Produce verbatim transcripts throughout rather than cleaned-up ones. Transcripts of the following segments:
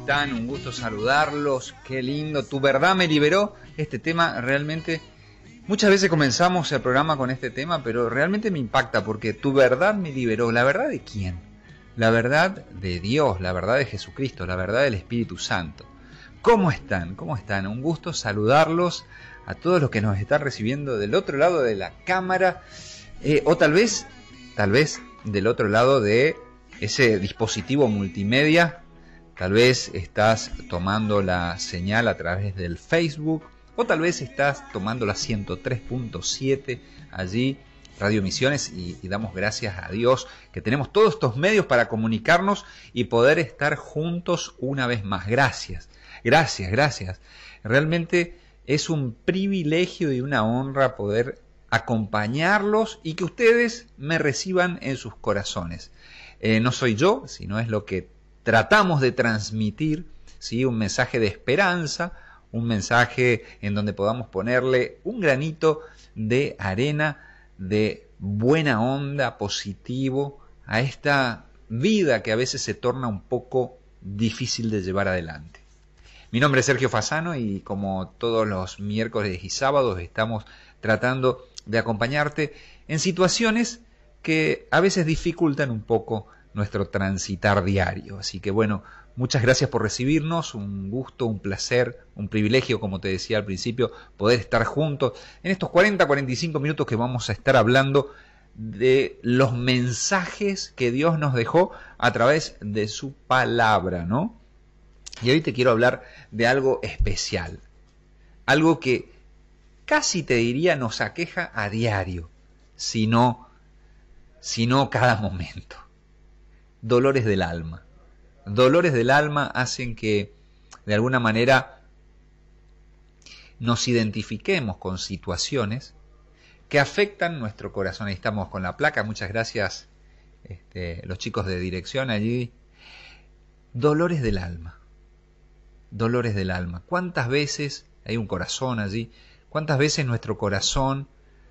están? Un gusto saludarlos, qué lindo. Tu verdad me liberó. Este tema realmente, muchas veces comenzamos el programa con este tema, pero realmente me impacta porque tu verdad me liberó. ¿La verdad de quién? La verdad de Dios, la verdad de Jesucristo, la verdad del Espíritu Santo. ¿Cómo están? ¿Cómo están? Un gusto saludarlos a todos los que nos están recibiendo del otro lado de la cámara, eh, o tal vez, tal vez del otro lado de ese dispositivo multimedia. Tal vez estás tomando la señal a través del Facebook, o tal vez estás tomando la ciento tres punto siete allí, Radio Misiones, y, y damos gracias a Dios que tenemos todos estos medios para comunicarnos y poder estar juntos una vez más. Gracias, gracias, gracias. Realmente es un privilegio y una honra poder acompañarlos y que ustedes me reciban en sus corazones. Eh, no soy yo, sino es lo que tratamos de transmitir, ¿sí? Un mensaje de esperanza, un mensaje en donde podamos ponerle un granito de arena, de buena onda, positivo, a esta vida que a veces se torna un poco difícil de llevar adelante. Mi nombre es Sergio Fasano y como todos los miércoles y sábados estamos tratando de acompañarte en situaciones que a veces dificultan un poco nuestro transitar diario. Así que bueno, muchas gracias por recibirnos, un gusto, un placer, un privilegio, como te decía al principio, poder estar juntos en estos cuarenta a cuarenta y cinco minutos que vamos a estar hablando de los mensajes que Dios nos dejó a través de su palabra, ¿no? Y hoy te quiero hablar de algo especial, algo que casi te diría nos aqueja a diario, si no, si no cada momento. Dolores del alma. Dolores del alma hacen que, de alguna manera, nos identifiquemos con situaciones que afectan nuestro corazón. Ahí estamos con la placa. Muchas gracias, este, los chicos de dirección allí. Dolores del alma. Dolores del alma. ¿Cuántas veces hay un corazón allí? ¿Cuántas veces nuestro corazón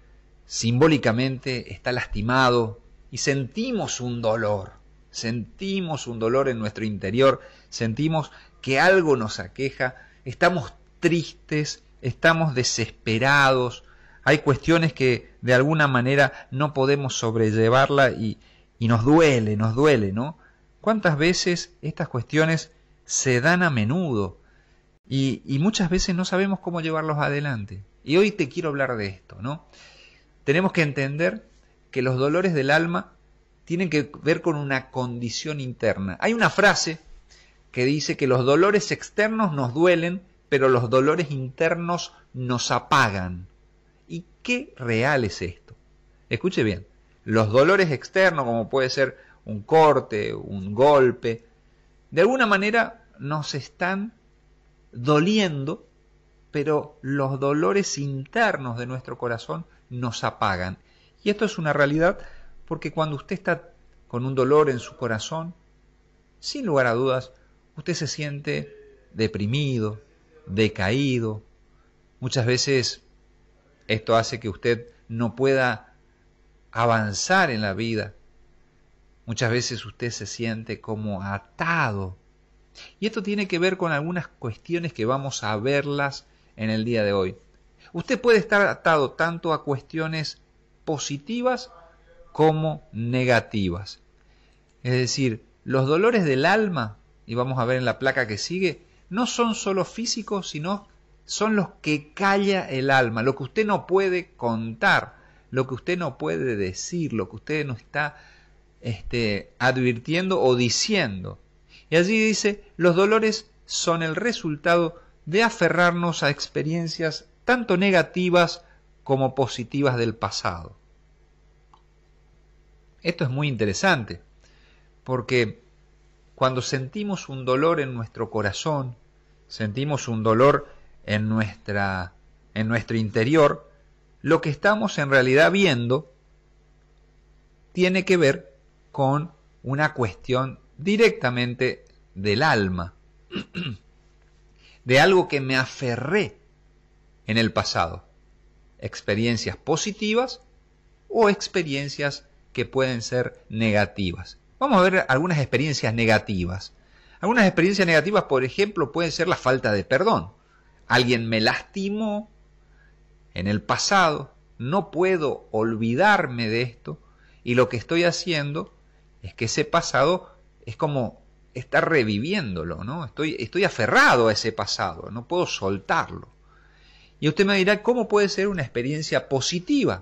simbólicamente está lastimado y sentimos un dolor? Sentimos un dolor en nuestro interior, sentimos que algo nos aqueja, estamos tristes, estamos desesperados, hay cuestiones que de alguna manera no podemos sobrellevarla y, y nos duele, nos duele, ¿no? ¿Cuántas veces estas cuestiones se dan a menudo y, y muchas veces no sabemos cómo llevarlos adelante? Y hoy te quiero hablar de esto, ¿no? Tenemos que entender que los dolores del alma tienen que ver con una condición interna. Hay una frase que dice que los dolores externos nos duelen, pero los dolores internos nos apagan. ¿Y qué real es esto? Escuche bien, los dolores externos, como puede ser un corte, un golpe, de alguna manera nos están doliendo, pero los dolores internos de nuestro corazón nos apagan. Y esto es una realidad porque cuando usted está con un dolor en su corazón, sin lugar a dudas, usted se siente deprimido, decaído. Muchas veces esto hace que usted no pueda avanzar en la vida. Muchas veces usted se siente como atado. Y esto tiene que ver con algunas cuestiones que vamos a verlas en el día de hoy. Usted puede estar atado tanto a cuestiones positivas como negativas. Es decir, los dolores del alma, y vamos a ver en la placa que sigue, no son solo físicos, sino son los que calla el alma, lo que usted no puede contar, lo que usted no puede decir, lo que usted no está este, advirtiendo o diciendo. Y allí dice, los dolores son el resultado de aferrarnos a experiencias tanto negativas como positivas del pasado. Esto es muy interesante, porque cuando sentimos un dolor en nuestro corazón, sentimos un dolor en, nuestra, en nuestro interior, lo que estamos en realidad viendo tiene que ver con una cuestión directamente del alma, de algo que me aferré en el pasado, experiencias positivas o experiencias que pueden ser negativas. Vamos a ver algunas experiencias negativas, Algunas experiencias negativas, por ejemplo, pueden ser la falta de perdón. Alguien me lastimó en el pasado, no puedo olvidarme de esto y lo que estoy haciendo es que ese pasado es como estar reviviéndolo, ¿no? Estoy, estoy aferrado a ese pasado, no puedo soltarlo. Y usted me dirá, ¿cómo puede ser una experiencia positiva?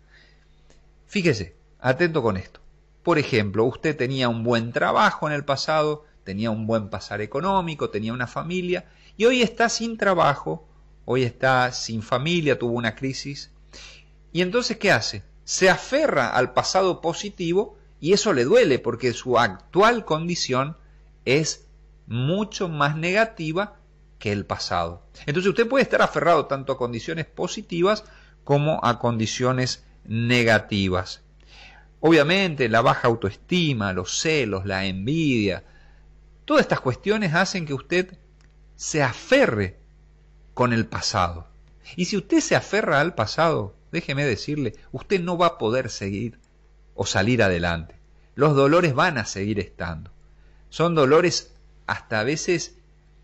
Fíjese, atento con esto. Por ejemplo, usted tenía un buen trabajo en el pasado, tenía un buen pasar económico, tenía una familia, y hoy está sin trabajo, hoy está sin familia, tuvo una crisis. Y entonces, ¿qué hace? Se aferra al pasado positivo y eso le duele porque su actual condición es mucho más negativa que el pasado. Entonces usted puede estar aferrado tanto a condiciones positivas como a condiciones negativas. Obviamente la baja autoestima, los celos, la envidia, todas estas cuestiones hacen que usted se aferre con el pasado. Y si usted se aferra al pasado, déjeme decirle, usted no va a poder seguir o salir adelante. Los dolores van a seguir estando. Son dolores hasta a veces,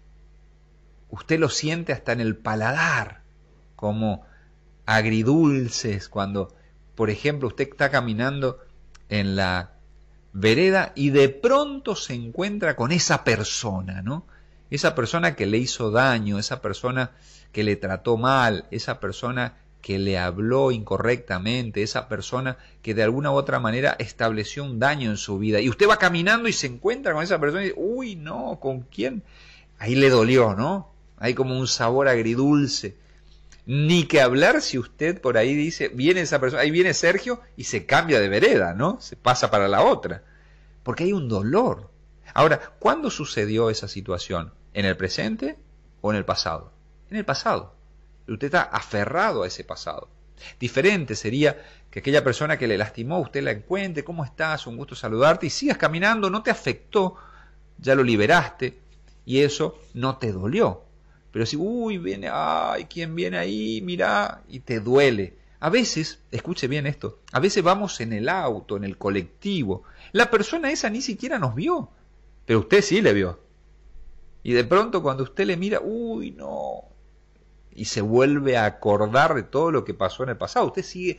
usted lo siente hasta en el paladar, como agridulces, cuando, por ejemplo, usted está caminando en la vereda y de pronto se encuentra con esa persona, ¿no? Esa persona que le hizo daño, esa persona que le trató mal, esa persona que le habló incorrectamente, esa persona que de alguna u otra manera estableció un daño en su vida. Y usted va caminando y se encuentra con esa persona y dice, uy, no, ¿con quién? Ahí le dolió, ¿no? Hay como un sabor agridulce. Ni que hablar si usted por ahí dice, viene esa persona, ahí viene Sergio y se cambia de vereda, ¿no? Se pasa para la otra. Porque hay un dolor. Ahora, ¿cuándo sucedió esa situación? ¿En el presente o en el pasado? En el pasado. Usted está aferrado a ese pasado. Diferente sería que aquella persona que le lastimó, usted la encuentre, ¿cómo estás? Un gusto saludarte, y sigas caminando, no te afectó, ya lo liberaste, y eso no te dolió. Pero si, uy, viene, ay, ¿quién viene ahí? Mirá, y te duele. A veces, escuche bien esto, a veces vamos en el auto, en el colectivo, la persona esa ni siquiera nos vio, pero usted sí le vio. Y de pronto cuando usted le mira, uy, no, y se vuelve a acordar de todo lo que pasó en el pasado. Usted sigue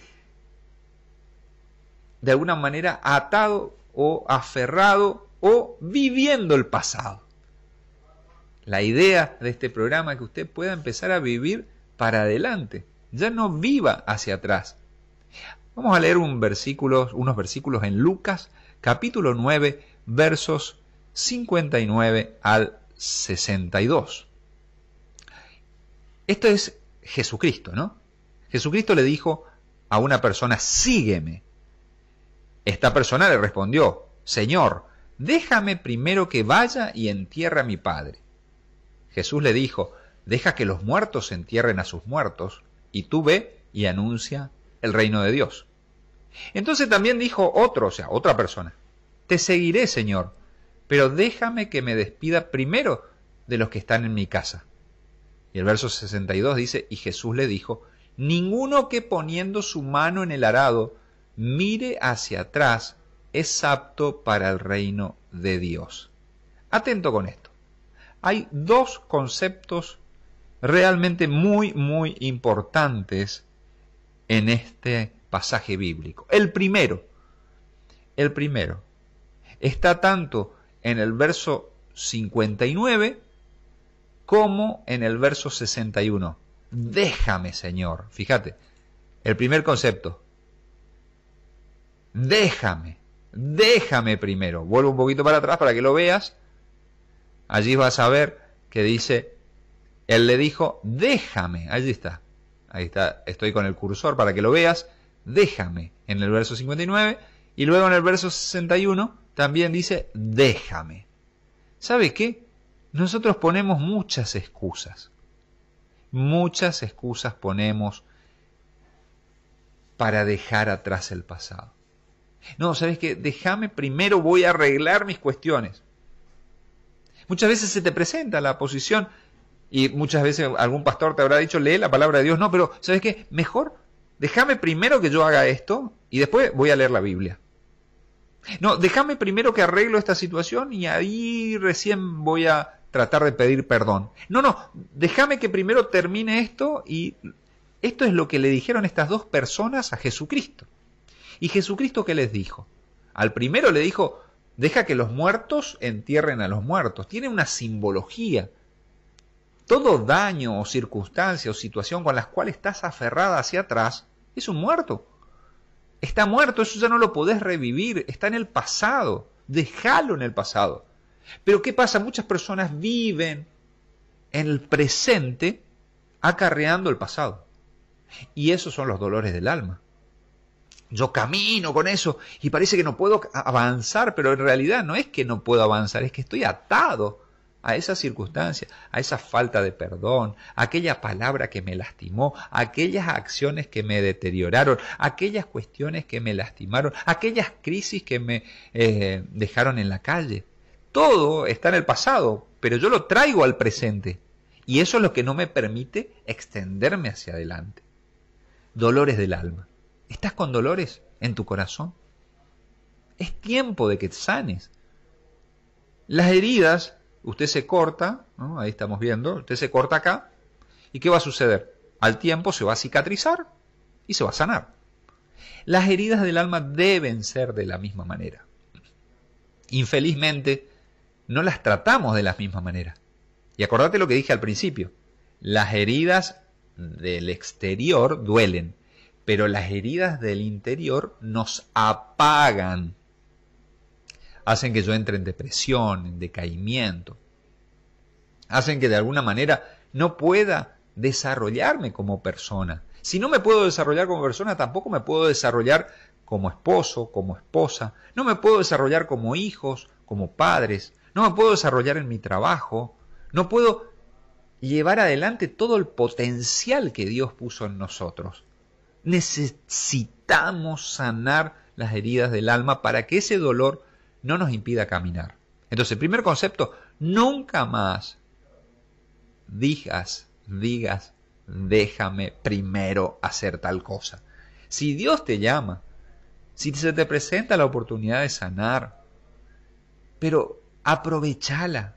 de alguna manera atado o aferrado o viviendo el pasado. La idea de este programa es que usted pueda empezar a vivir para adelante. Ya no viva hacia atrás. Vamos a leer un versículo, unos versículos en Lucas, capítulo nueve, versos cincuenta y nueve al sesenta y dos. Esto es Jesucristo, ¿no? Jesucristo le dijo a una persona, sígueme. Esta persona le respondió, Señor, déjame primero que vaya y entierre a mi padre. Jesús le dijo, deja que los muertos entierren a sus muertos, y tú ve y anuncia el reino de Dios. Entonces también dijo otro, o sea, otra persona, te seguiré, Señor, pero déjame que me despida primero de los que están en mi casa. Y el verso sesenta y dos dice, y Jesús le dijo, ninguno que poniendo su mano en el arado mire hacia atrás es apto para el reino de Dios. Atento con esto. Hay dos conceptos realmente muy, muy importantes en este pasaje bíblico. El primero, el primero, está tanto en el verso cincuenta y nueve como en el verso sesenta y uno. Déjame, Señor. Fíjate, el primer concepto. Déjame, déjame primero. Vuelvo un poquito para atrás para que lo veas. Allí vas a ver que dice, él le dijo, déjame. Allí está. Ahí está, estoy con el cursor para que lo veas. Déjame en el verso cincuenta y nueve. Y luego en el verso sesenta y uno también dice, déjame. ¿Sabe qué? Nosotros ponemos muchas excusas. Muchas excusas ponemos para dejar atrás el pasado. No, ¿sabes qué? Déjame primero, voy a arreglar mis cuestiones. Muchas veces se te presenta la posición y muchas veces algún pastor te habrá dicho, lee la palabra de Dios. No, pero ¿sabes qué? Mejor déjame primero que yo haga esto y después voy a leer la Biblia. No, déjame primero que arreglo esta situación y ahí recién voy a tratar de pedir perdón. No, no, déjame que primero termine esto y esto es lo que le dijeron estas dos personas a Jesucristo. ¿Y Jesucristo qué les dijo? Al primero le dijo, deja que los muertos entierren a los muertos. Tiene una simbología. Todo daño o circunstancia o situación con las cuales estás aferrada hacia atrás es un muerto. Está muerto, eso ya no lo podés revivir, está en el pasado. Déjalo en el pasado. Pero ¿qué pasa? Muchas personas viven en el presente acarreando el pasado. Y esos son los dolores del alma. Yo camino con eso y parece que no puedo avanzar, pero en realidad no es que no puedo avanzar, es que estoy atado a esa circunstancia, a esa falta de perdón, a aquella palabra que me lastimó, a aquellas acciones que me deterioraron, a aquellas cuestiones que me lastimaron, a aquellas crisis que me eh, dejaron en la calle. Todo está en el pasado, pero yo lo traigo al presente. Y eso es lo que no me permite extenderme hacia adelante. Dolores del alma. ¿Estás con dolores en tu corazón? Es tiempo de que te sanes. Las heridas, usted se corta, ¿no? Ahí estamos viendo, usted se corta acá. ¿Y qué va a suceder? Al tiempo se va a cicatrizar y se va a sanar. Las heridas del alma deben ser de la misma manera. Infelizmente, no las tratamos de la misma manera. Y acordate lo que dije al principio. Las heridas del exterior duelen, pero las heridas del interior nos apagan. Hacen que yo entre en depresión, en decaimiento. Hacen que de alguna manera no pueda desarrollarme como persona. Si no me puedo desarrollar como persona, tampoco me puedo desarrollar como esposo, como esposa. No me puedo desarrollar como hijos, como padres. No me puedo desarrollar en mi trabajo. No puedo llevar adelante todo el potencial que Dios puso en nosotros. Necesitamos sanar las heridas del alma para que ese dolor no nos impida caminar. Entonces, el primer concepto, nunca más digas, digas, déjame primero hacer tal cosa. Si Dios te llama, si se te presenta la oportunidad de sanar, pero aprovechala.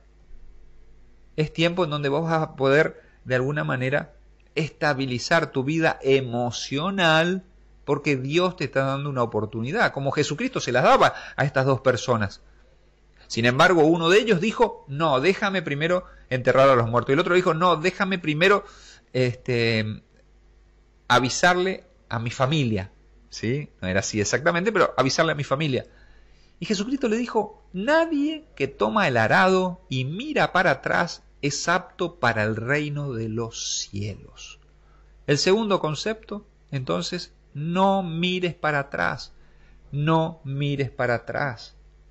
Es tiempo en donde vos vas a poder, de alguna manera, estabilizar tu vida emocional, porque Dios te está dando una oportunidad, como Jesucristo se las daba a estas dos personas. Sin embargo, uno de ellos dijo, no, déjame primero enterrar a los muertos. Y el otro dijo, no, déjame primero este, avisarle a mi familia. ¿Sí? No era así exactamente, pero avisarle a mi familia. Y Jesucristo le dijo, nadie que toma el arado y mira para atrás es apto para el reino de los cielos. El segundo concepto, entonces, no mires para atrás. No mires para atrás.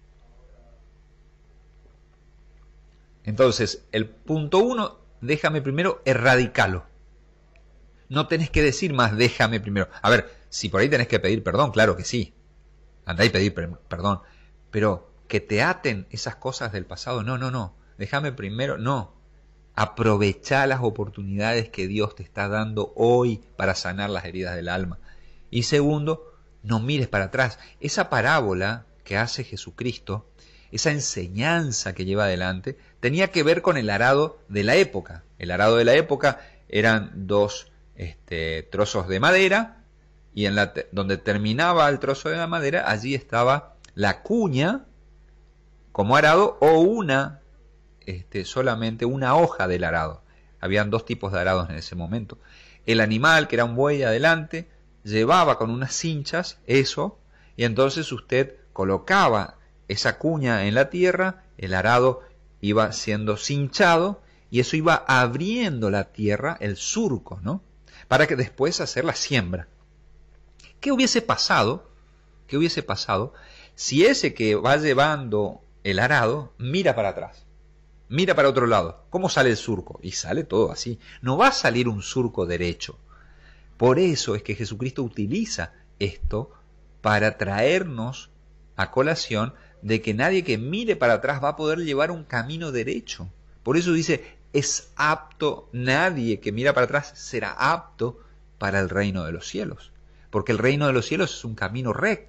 Entonces, el punto uno, déjame primero, erradicalo. No tenés que decir más, déjame primero. A ver, si por ahí tenés que pedir perdón, claro que sí. Andá y pedir perdón. Pero que te aten esas cosas del pasado, no, no, no. Déjame primero, no. Aprovechá las oportunidades que Dios te está dando hoy para sanar las heridas del alma. Y segundo, no mires para atrás. Esa parábola que hace Jesucristo, esa enseñanza que lleva adelante, tenía que ver con el arado de la época. El arado de la época eran dos este, trozos de madera, y en la donde terminaba el trozo de la madera, allí estaba la cuña como arado o una, este, solamente una hoja del arado. Habían dos tipos de arados en ese momento. El animal, que era un buey adelante, llevaba con unas cinchas eso, y entonces usted colocaba esa cuña en la tierra, el arado iba siendo cinchado, y eso iba abriendo la tierra, el surco, ¿no? Para que después hacer la siembra. ¿Qué hubiese pasado? ¿Qué hubiese pasado si ese que va llevando el arado mira para atrás? Mira para otro lado. ¿Cómo sale el surco? Y sale todo así. No va a salir un surco derecho. Por eso es que Jesucristo utiliza esto para traernos a colación de que nadie que mire para atrás va a poder llevar un camino derecho. Por eso dice, es apto, nadie que mira para atrás será apto para el reino de los cielos. Porque el reino de los cielos es un camino recto,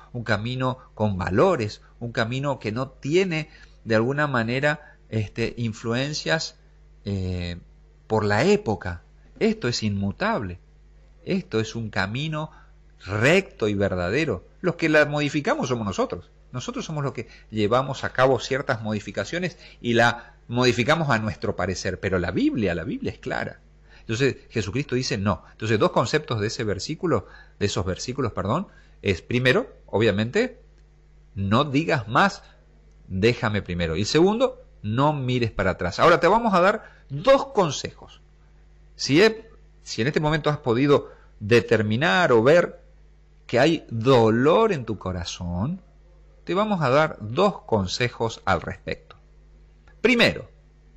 un camino con valores, un camino que no tiene de alguna manera este, influencias eh, por la época. Esto es inmutable. Esto es un camino recto y verdadero. Los que la modificamos somos nosotros. Nosotros somos los que llevamos a cabo ciertas modificaciones y la modificamos a nuestro parecer. Pero la Biblia, la Biblia es clara. Entonces Jesucristo dice no. Entonces dos conceptos de ese versículo, de esos versículos, perdón, es primero, obviamente, no digas más, déjame primero. Y segundo, no mires para atrás. Ahora te vamos a dar dos consejos. Si, he, si en este momento has podido determinar o ver que hay dolor en tu corazón, te vamos a dar dos consejos al respecto. Primero,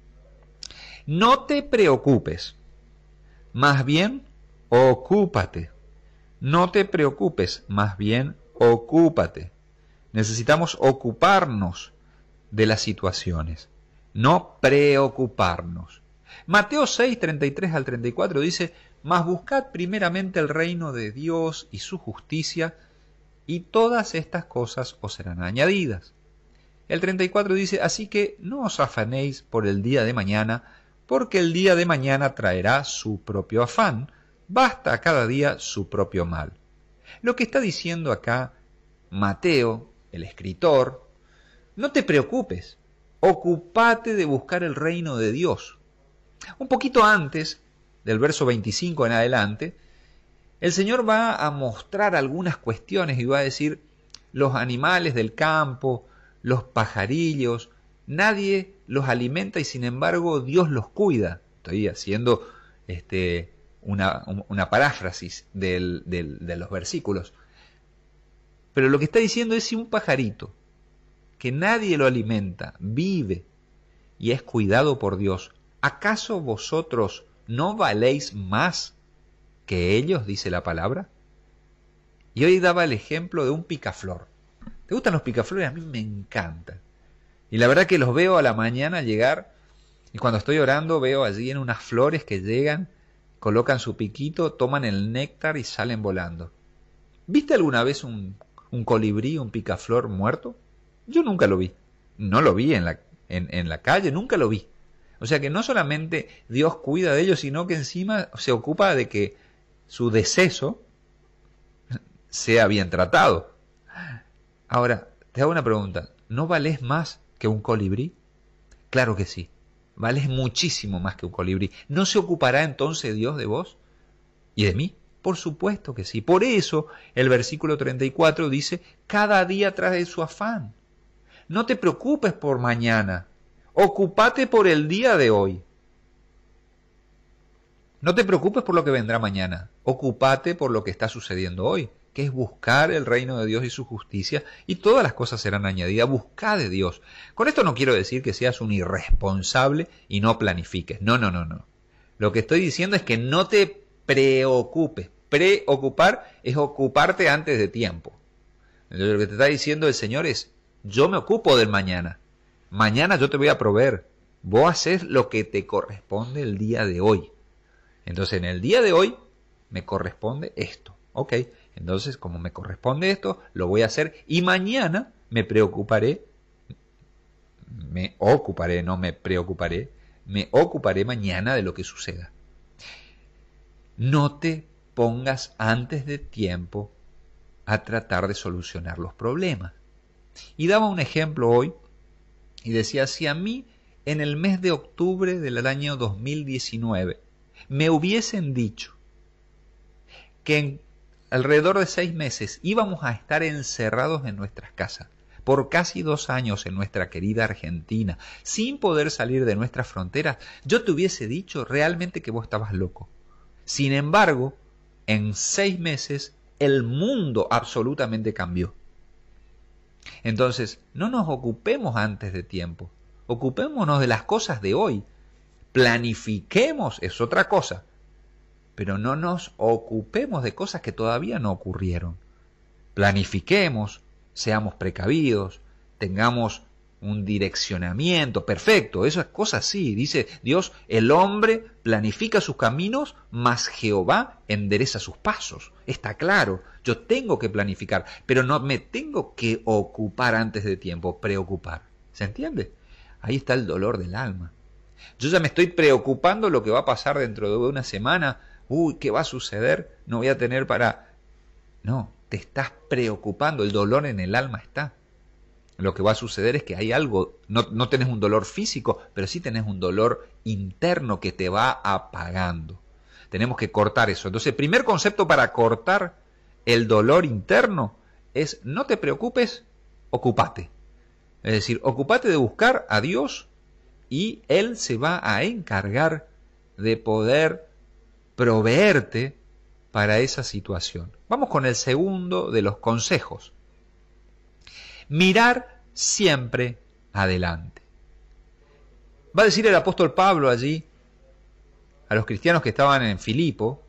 no te preocupes, más bien ocúpate. No te preocupes, más bien ocúpate. Necesitamos ocuparnos de las situaciones, no preocuparnos. Mateo seis, treinta y tres al treinta y cuatro dice, mas buscad primeramente el reino de Dios y su justicia, y todas estas cosas os serán añadidas. El treinta y cuatro dice, así que no os afanéis por el día de mañana, porque el día de mañana traerá su propio afán, basta a cada día su propio mal. Lo que está diciendo acá Mateo, el escritor, no te preocupes, ocúpate de buscar el reino de Dios. Un poquito antes, del verso veinticinco en adelante, el Señor va a mostrar algunas cuestiones y va a decir, los animales del campo, los pajarillos, nadie los alimenta y sin embargo Dios los cuida. Estoy haciendo este, una, una paráfrasis del, del, de los versículos. Pero lo que está diciendo es si un pajarito, que nadie lo alimenta, vive y es cuidado por Dios, ¿acaso vosotros no valéis más que ellos, dice la palabra? Y hoy daba el ejemplo de un picaflor. ¿Te gustan los picaflores? A mí me encantan. Y la verdad que los veo a la mañana llegar y cuando estoy orando veo allí en unas flores que llegan, colocan su piquito, toman el néctar y salen volando. ¿Viste alguna vez un, un colibrí, un picaflor muerto? Yo nunca lo vi. No lo vi en la, en, en la calle, nunca lo vi. O sea que no solamente Dios cuida de ellos, sino que encima se ocupa de que su deceso sea bien tratado. Ahora, te hago una pregunta. ¿No valés más que un colibrí? Claro que sí. Vales muchísimo más que un colibrí. ¿No se ocupará entonces Dios de vos y de mí? Por supuesto que sí. Por eso el versículo treinta y cuatro dice, cada día trae su afán. No te preocupes por mañana. Ocúpate por el día de hoy. No te preocupes por lo que vendrá mañana. Ocúpate por lo que está sucediendo hoy, que es buscar el reino de Dios y su justicia, y todas las cosas serán añadidas. Busca de Dios. Con esto no quiero decir que seas un irresponsable y no planifiques. No, no, no, no. Lo que estoy diciendo es que no te preocupes. Preocupar es ocuparte antes de tiempo. Entonces, lo que te está diciendo el Señor es, yo me ocupo del mañana. Mañana yo te voy a proveer. Vos haces lo que te corresponde el día de hoy. Entonces, en el día de hoy me corresponde esto. Ok, entonces como me corresponde esto, lo voy a hacer y mañana me preocuparé, me ocuparé, no me preocuparé, me ocuparé mañana de lo que suceda. No te pongas antes de tiempo a tratar de solucionar los problemas. Y daba un ejemplo hoy y decía, si a mí en el mes de octubre del año dos mil diecinueve me hubiesen dicho que en alrededor de seis meses íbamos a estar encerrados en nuestras casas por casi dos años en nuestra querida Argentina, sin poder salir de nuestras fronteras, yo te hubiese dicho realmente que vos estabas loco. Sin embargo, en seis meses el mundo absolutamente cambió. Entonces, no nos ocupemos antes de tiempo, ocupémonos de las cosas de hoy, planifiquemos, es otra cosa, pero no nos ocupemos de cosas que todavía no ocurrieron. Planifiquemos, seamos precavidos, tengamos un direccionamiento perfecto, eso es cosa así, dice Dios, el hombre planifica sus caminos, mas Jehová endereza sus pasos, está claro. Yo tengo que planificar, pero no me tengo que ocupar antes de tiempo, preocupar. ¿Se entiende? Ahí está el dolor del alma. Yo ya me estoy preocupando lo que va a pasar dentro de una semana. Uy, ¿qué va a suceder? No voy a tener para... No, te estás preocupando. El dolor en el alma está. Lo que va a suceder es que hay algo, no, no tenés un dolor físico, pero sí tenés un dolor interno que te va apagando. Tenemos que cortar eso. Entonces, el primer concepto para cortar el dolor interno es no te preocupes, ocúpate. Es decir, ocúpate de buscar a Dios y Él se va a encargar de poder proveerte para esa situación. Vamos con el segundo de los consejos. Mirar siempre adelante. Va a decir el apóstol Pablo allí a los cristianos que estaban en Filipo,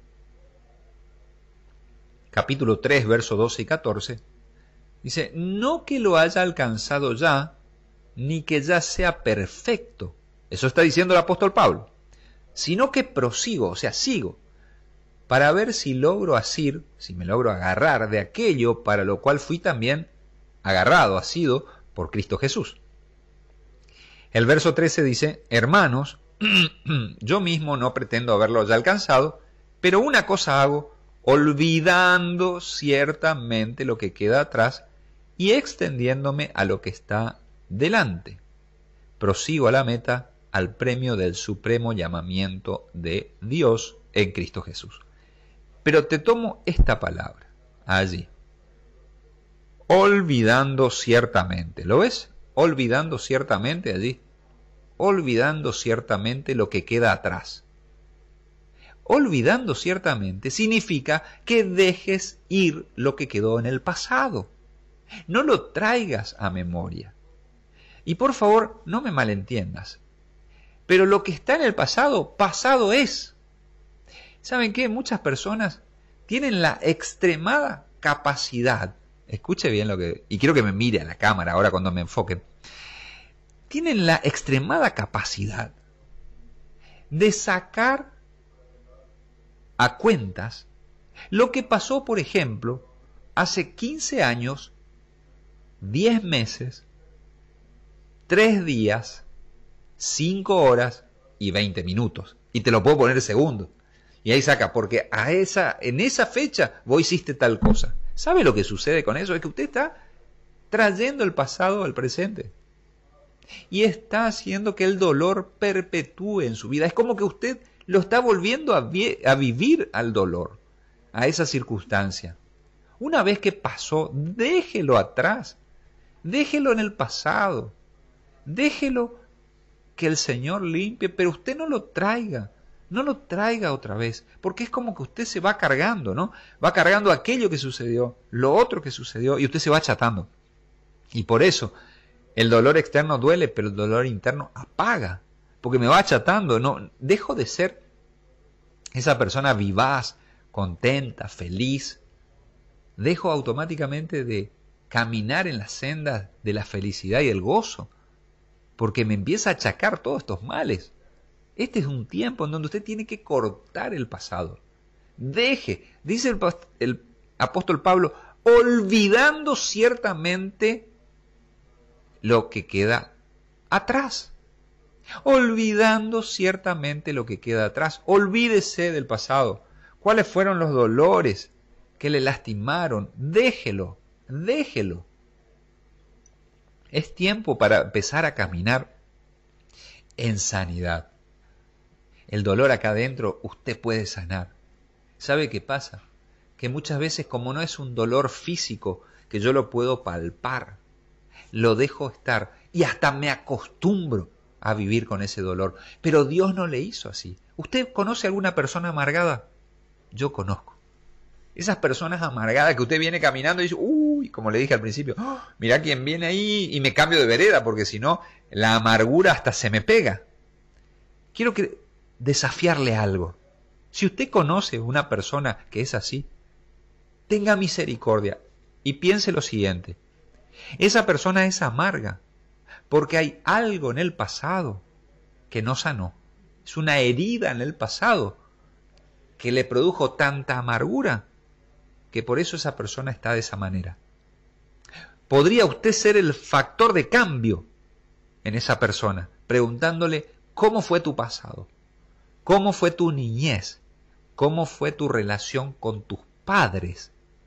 capítulo tres, versos doce y catorce, dice, no que lo haya alcanzado ya, ni que ya sea perfecto, eso está diciendo el apóstol Pablo, sino que prosigo, o sea, sigo, para ver si logro asir, si me logro agarrar de aquello para lo cual fui también agarrado, asido por Cristo Jesús. El verso trece dice, hermanos, yo mismo no pretendo haberlo ya alcanzado, pero una cosa hago, olvidando ciertamente lo que queda atrás y extendiéndome a lo que está delante. Prosigo a la meta, al premio del supremo llamamiento de Dios en Cristo Jesús. Pero te tomo esta palabra allí. Olvidando ciertamente. ¿Lo ves? Olvidando ciertamente allí. Olvidando ciertamente lo que queda atrás. Olvidando ciertamente significa que dejes ir lo que quedó en el pasado. No lo traigas a memoria. Y por favor, no me malentiendas. Pero lo que está en el pasado, pasado es. ¿Saben qué? Muchas personas tienen la extremada capacidad, escuche bien lo que... y quiero que me mire a la cámara ahora cuando me enfoquen. Tienen la extremada capacidad de sacar a cuentas lo que pasó, por ejemplo, hace quince años, diez meses, tres días, cinco horas y veinte minutos. Y te lo puedo poner segundo. Y ahí saca, porque a esa, en esa fecha vos hiciste tal cosa. ¿Sabe lo que sucede con eso? Es que usted está trayendo el pasado al presente. Y está haciendo que el dolor perpetúe en su vida. Es como que usted lo está volviendo a, vi- a vivir al dolor, a esa circunstancia. Una vez que pasó, déjelo atrás. Déjelo en el pasado. Déjelo que el Señor limpie, pero usted no lo traiga. No lo traiga otra vez, porque es como que usted se va cargando, ¿no? Va cargando aquello que sucedió, lo otro que sucedió, y usted se va achatando. Y por eso, el dolor externo duele, pero el dolor interno apaga, porque me va achatando, ¿no? Dejo de ser esa persona vivaz, contenta, feliz. Dejo automáticamente de caminar en las sendas de la felicidad y el gozo, porque me empieza a achacar todos estos males. Este es un tiempo en donde usted tiene que cortar el pasado. Deje, dice el, el apóstol Pablo, olvidando ciertamente lo que queda atrás. Olvidando ciertamente lo que queda atrás. Olvídese del pasado. ¿Cuáles fueron los dolores que le lastimaron? Déjelo, déjelo. Es tiempo para empezar a caminar en sanidad. El dolor acá adentro usted puede sanar. ¿Sabe qué pasa? Que muchas veces, como no es un dolor físico que yo lo puedo palpar, lo dejo estar y hasta me acostumbro a vivir con ese dolor. Pero Dios no le hizo así. ¿Usted conoce a alguna persona amargada? Yo conozco. Esas personas amargadas que usted viene caminando y dice, uy, como le dije al principio, oh, mirá quién viene ahí, y me cambio de vereda, porque si no, la amargura hasta se me pega. Quiero que desafiarle algo. Si usted conoce una persona que es así, tenga misericordia y piense lo siguiente. Esa persona es amarga porque hay algo en el pasado que no sanó. Es una herida en el pasado que le produjo tanta amargura que por eso esa persona está de esa manera. Podría usted ser el factor de cambio en esa persona, preguntándole cómo fue tu pasado, cómo fue tu niñez, cómo fue tu relación con tus padres.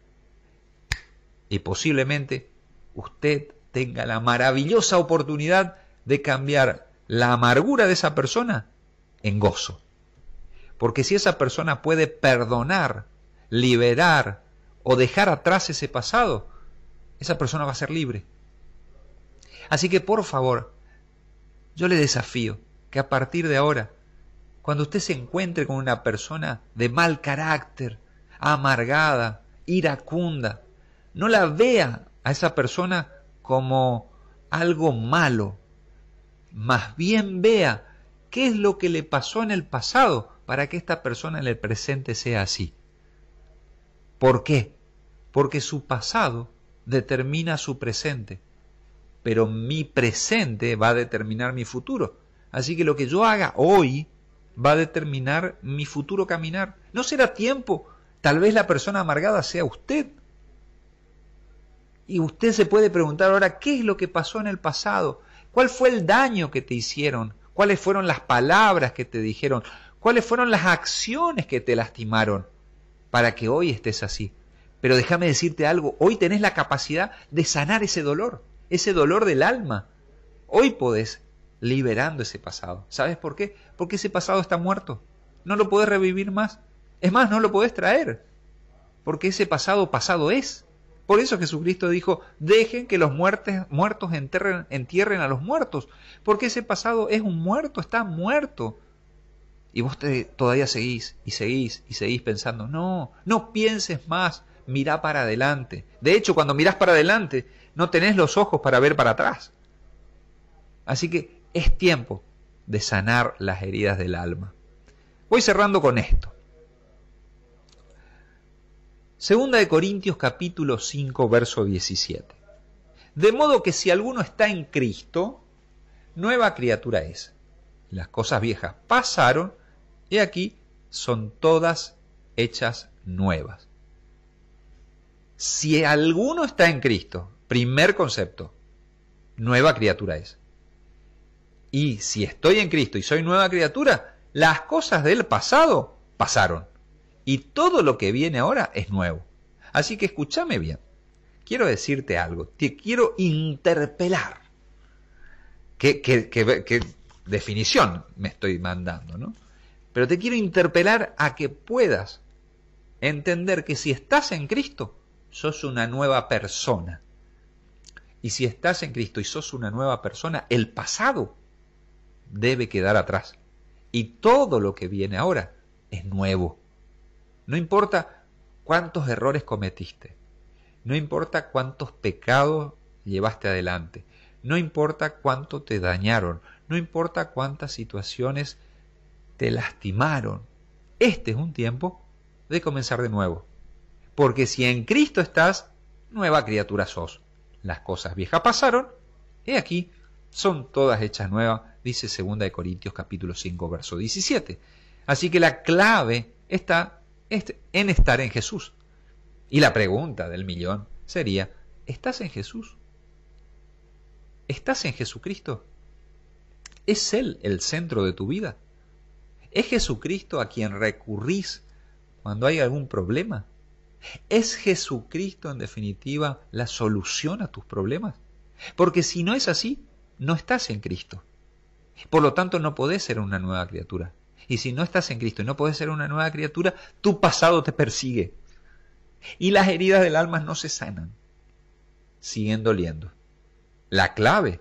Y posiblemente usted tenga la maravillosa oportunidad de cambiar la amargura de esa persona en gozo. Porque si esa persona puede perdonar, liberar o dejar atrás ese pasado, esa persona va a ser libre. Así que por favor, yo le desafío que a partir de ahora, cuando usted se encuentre con una persona de mal carácter, amargada, iracunda, no la vea a esa persona como algo malo. Más bien vea qué es lo que le pasó en el pasado para que esta persona en el presente sea así. ¿Por qué? Porque su pasado determina su presente, pero mi presente va a determinar mi futuro. Así que lo que yo haga hoy va a determinar mi futuro caminar. ¿No será tiempo? Tal vez la persona amargada sea usted. Y usted se puede preguntar ahora, ¿qué es lo que pasó en el pasado? ¿Cuál fue el daño que te hicieron? ¿Cuáles fueron las palabras que te dijeron? ¿Cuáles fueron las acciones que te lastimaron para que hoy estés así? Pero déjame decirte algo, hoy tenés la capacidad de sanar ese dolor, ese dolor del alma. Hoy podés liberando ese pasado. ¿Sabes por qué? Porque ese pasado está muerto. No lo podés revivir más. Es más, no lo podés traer. Porque ese pasado, pasado es. Por eso Jesucristo dijo, dejen que los muertes, muertos entierren, entierren a los muertos. Porque ese pasado es un muerto, está muerto. Y vos te, todavía seguís y seguís y seguís pensando, no, no pienses más, mirá para adelante. De hecho, cuando mirás para adelante, no tenés los ojos para ver para atrás. Así que es tiempo de sanar las heridas del alma. Voy cerrando con esto. Segunda de Corintios capítulo cinco, verso diecisiete. De modo que si alguno está en Cristo, nueva criatura es. Las cosas viejas pasaron, y aquí son todas hechas nuevas. Si alguno está en Cristo, primer concepto, nueva criatura es. Y si estoy en Cristo y soy nueva criatura, las cosas del pasado pasaron. Y todo lo que viene ahora es nuevo. Así que escúchame bien. Quiero decirte algo. Te quiero interpelar. ¿Qué, qué, qué, qué definición me estoy mandando, ¿no? Pero te quiero interpelar a que puedas entender que si estás en Cristo, sos una nueva persona. Y si estás en Cristo y sos una nueva persona, el pasado debe quedar atrás. Y todo lo que viene ahora es nuevo. No importa cuántos errores cometiste. No importa cuántos pecados llevaste adelante. No importa cuánto te dañaron. No importa cuántas situaciones te lastimaron. Este es un tiempo de comenzar de nuevo. Porque si en Cristo estás, nueva criatura sos. Las cosas viejas pasaron, y aquí son todas hechas nuevas, dice segunda de Corintios capítulo cinco, verso diecisiete. Así que la clave está en estar en Jesús. Y la pregunta del millón sería, ¿estás en Jesús? ¿Estás en Jesucristo? ¿Es Él el centro de tu vida? ¿Es Jesucristo a quien recurrís cuando hay algún problema? ¿Es Jesucristo en definitiva la solución a tus problemas? Porque si no es así, no estás en Cristo. Por lo tanto, no podés ser una nueva criatura. Y si no estás en Cristo y no podés ser una nueva criatura, tu pasado te persigue. Y las heridas del alma no se sanan. Siguen doliendo. La clave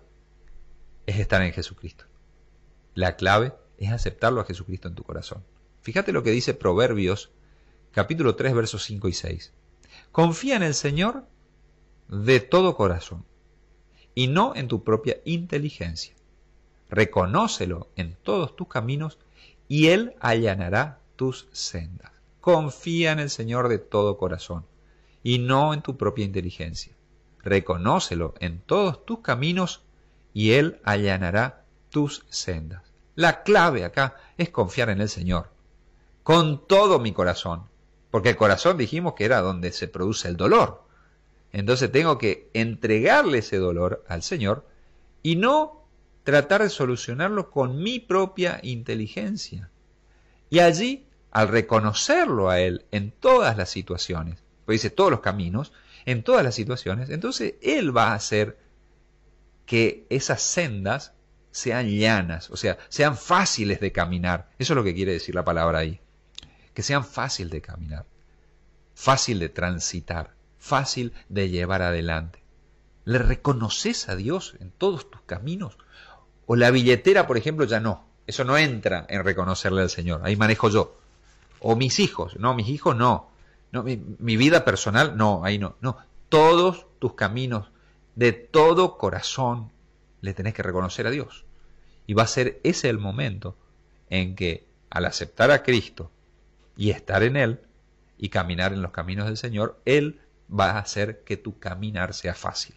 es estar en Jesucristo. La clave es aceptarlo a Jesucristo en tu corazón. Fíjate lo que dice Proverbios, capítulo tres, versos cinco y seis. Confía en el Señor de todo corazón y no en tu propia inteligencia. Reconócelo en todos tus caminos y Él allanará tus sendas. Confía en el Señor de todo corazón y no en tu propia inteligencia. Reconócelo en todos tus caminos y Él allanará tus sendas. La clave acá es confiar en el Señor con todo mi corazón, Porque el corazón dijimos que era donde se produce el dolor. Entonces tengo que entregarle ese dolor al Señor y no tratar de solucionarlo con mi propia inteligencia. Y allí, al reconocerlo a Él en todas las situaciones, pues dice todos los caminos, en todas las situaciones, entonces Él va a hacer que esas sendas sean llanas, o sea, sean fáciles de caminar. Eso es lo que quiere decir la palabra ahí. Que sean fácil de caminar, fácil de transitar, fácil de llevar adelante. ¿Le reconoces a Dios en todos tus caminos? O la billetera, por ejemplo, ya no. Eso no entra en reconocerle al Señor. Ahí manejo yo. O mis hijos. No, mis hijos no. no mi, mi vida personal, no, ahí no. No, todos tus caminos, de todo corazón, le tenés que reconocer a Dios. Y va a ser ese el momento en que, al aceptar a Cristo y estar en Él y caminar en los caminos del Señor, Él va a hacer que tu caminar sea fácil.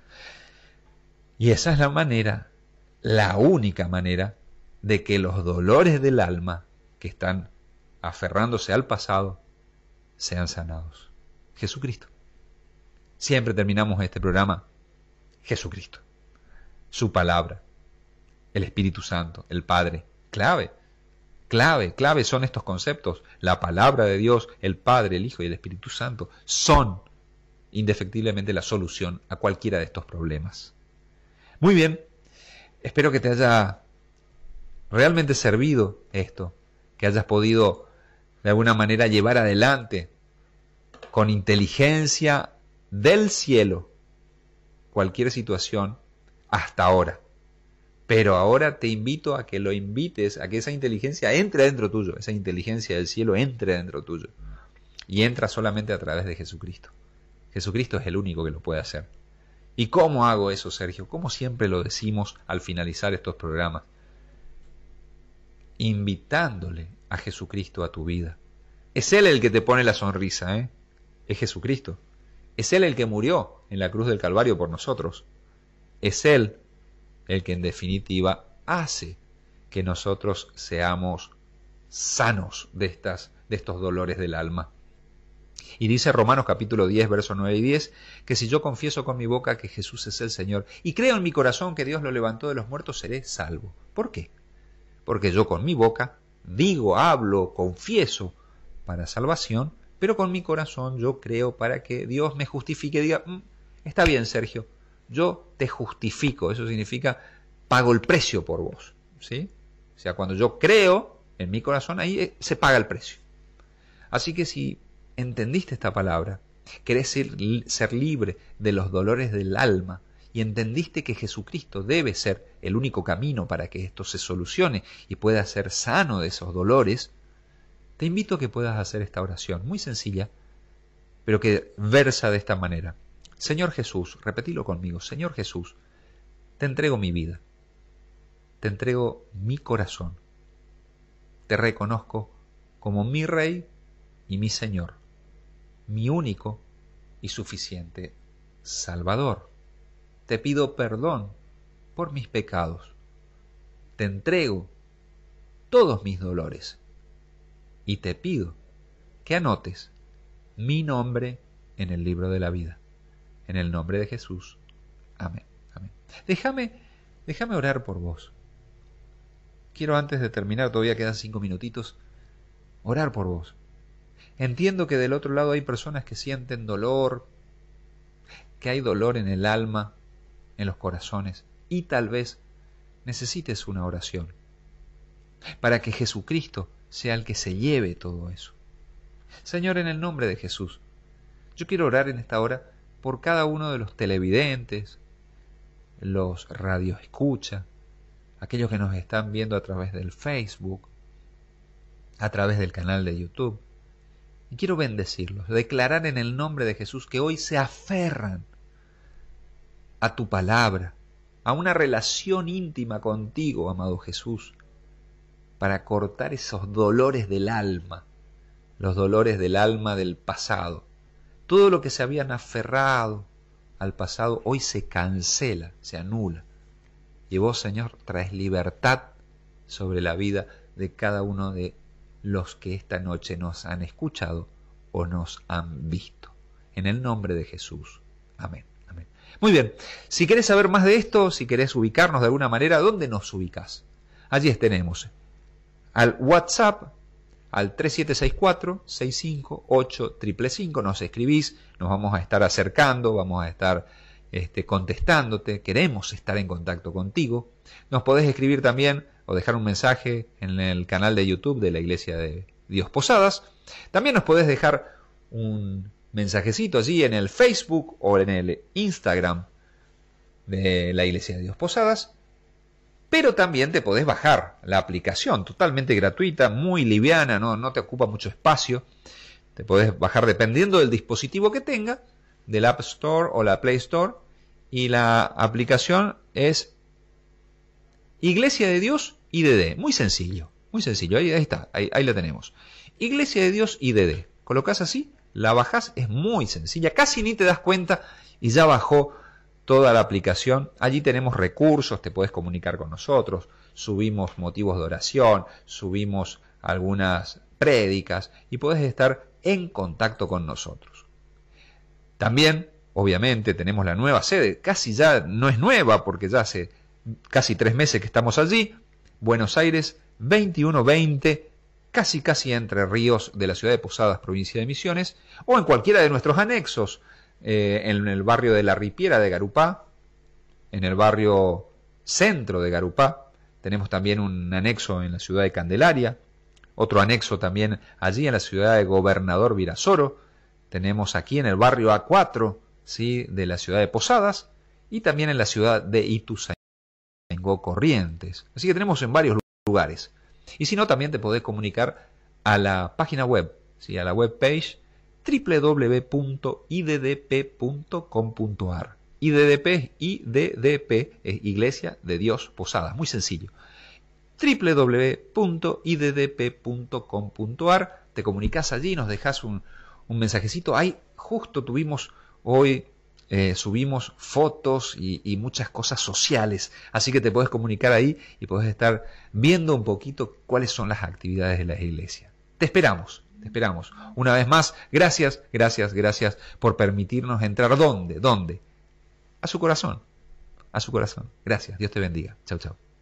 Y esa es la manera, la única manera, de que los dolores del alma que están aferrándose al pasado sean sanados. Jesucristo. Siempre terminamos este programa. Jesucristo. Su palabra. El Espíritu Santo. El Padre. Clave. Clave, clave son estos conceptos. La palabra de Dios, el Padre, el Hijo y el Espíritu Santo son indefectiblemente la solución a cualquiera de estos problemas. Muy bien, espero que te haya realmente servido esto, que hayas podido de alguna manera llevar adelante con inteligencia del cielo cualquier situación hasta ahora. Pero ahora te invito a que lo invites, a que esa inteligencia entre dentro tuyo, esa inteligencia del cielo entre dentro tuyo. Y entra solamente a través de Jesucristo. Jesucristo es el único que lo puede hacer. ¿Y cómo hago eso, Sergio? Como siempre lo decimos al finalizar estos programas. Invitándole a Jesucristo a tu vida. Es Él el que te pone la sonrisa, ¿eh? Es Jesucristo. Es Él el que murió en la cruz del Calvario por nosotros. Es Él el que en definitiva hace que nosotros seamos sanos de, estas, de estos dolores del alma. Y dice Romanos capítulo diez, versos nueve y diez, que si yo confieso con mi boca que Jesús es el Señor y creo en mi corazón que Dios lo levantó de los muertos, seré salvo. ¿Por qué? Porque yo con mi boca digo, hablo, confieso para salvación, pero con mi corazón yo creo para que Dios me justifique y diga, mmm, está bien, Sergio, yo te justifico. Eso significa pago el precio por vos, ¿sí? O sea, cuando yo creo en mi corazón, ahí se paga el precio. Así que si entendiste esta palabra, querés ser, ser libre de los dolores del alma y entendiste que Jesucristo debe ser el único camino para que esto se solucione y pueda ser sano de esos dolores, te invito a que puedas hacer esta oración muy sencilla, pero que versa de esta manera. Señor Jesús, repetilo conmigo, Señor Jesús, te entrego mi vida, te entrego mi corazón, te reconozco como mi Rey y mi Señor, mi único y suficiente Salvador. Te pido perdón por mis pecados, te entrego todos mis dolores y te pido que anotes mi nombre en el libro de la vida. En el nombre de Jesús. Amén. Amén. Déjame, déjame orar por vos. Quiero antes de terminar, todavía quedan cinco minutitos, orar por vos. Entiendo que del otro lado hay personas que sienten dolor, que hay dolor en el alma, en los corazones, y tal vez necesites una oración para que Jesucristo sea el que se lleve todo eso. Señor, en el nombre de Jesús, yo quiero orar en esta hora por cada uno de los televidentes, los radioescucha, aquellos que nos están viendo a través del Facebook, a través del canal de YouTube. Y quiero bendecirlos, declarar en el nombre de Jesús que hoy se aferran a tu palabra, a una relación íntima contigo, amado Jesús, para cortar esos dolores del alma, los dolores del alma del pasado. Todo lo que se habían aferrado al pasado hoy se cancela, se anula. Y vos, Señor, traes libertad sobre la vida de cada uno de los que esta noche nos han escuchado o nos han visto. En el nombre de Jesús. Amén. Amén. Muy bien. Si querés saber más de esto, si querés ubicarnos de alguna manera, ¿dónde nos ubicás? Allí tenemos al WhatsApp, al tres siete seis cuatro, seis cinco ocho, cinco cinco cinco. Nos escribís, nos vamos a estar acercando, vamos a estar este, contestándote. Queremos estar en contacto contigo. Nos podés escribir también o dejar un mensaje en el canal de YouTube de la Iglesia de Dios Posadas. También nos podés dejar un mensajecito allí en el Facebook o en el Instagram de la Iglesia de Dios Posadas. Pero también te podés bajar la aplicación, totalmente gratuita, muy liviana, no, no te ocupa mucho espacio. Te podés bajar dependiendo del dispositivo que tenga, del App Store o la Play Store. Y la aplicación es Iglesia de Dios I D D. Muy sencillo, muy sencillo. Ahí, ahí está, ahí, ahí la tenemos. Iglesia de Dios I D D. Colocás así, la bajás, es muy sencilla, casi ni te das cuenta y ya bajó toda la aplicación. Allí tenemos recursos, te puedes comunicar con nosotros, subimos motivos de oración, subimos algunas prédicas y podés estar en contacto con nosotros. También, obviamente, tenemos la nueva sede, casi ya no es nueva porque ya hace casi tres meses que estamos allí, Buenos Aires veintiuno veinte, casi casi Entre Ríos de la ciudad de Posadas, provincia de Misiones, o en cualquiera de nuestros anexos, eh, en el barrio de La Ripiera de Garupá, en el barrio centro de Garupá, tenemos también un anexo en la ciudad de Candelaria, otro anexo también allí en la ciudad de Gobernador Virasoro, tenemos aquí en el barrio A cuatro, ¿sí?, de la ciudad de Posadas, y también en la ciudad de Ituzaingó, Corrientes. Así que tenemos en varios lugares. Y si no, también te podés comunicar a la página web, ¿sí?, a la webpage doble u doble u doble u punto i d d p punto com punto a r. I D D P, I D D P es Iglesia de Dios Posadas, muy sencillo. doble u doble u doble u punto i d d p punto com punto a r. Te comunicas allí, nos dejas un, un mensajecito. Ahí justo tuvimos hoy, eh, subimos fotos y, y muchas cosas sociales, así que te puedes comunicar ahí y puedes estar viendo un poquito cuáles son las actividades de la iglesia. Te esperamos, te esperamos. Una vez más, gracias, gracias, gracias por permitirnos entrar. ¿Dónde? ¿Dónde? A su corazón, a su corazón. Gracias, Dios te bendiga. Chau, chau.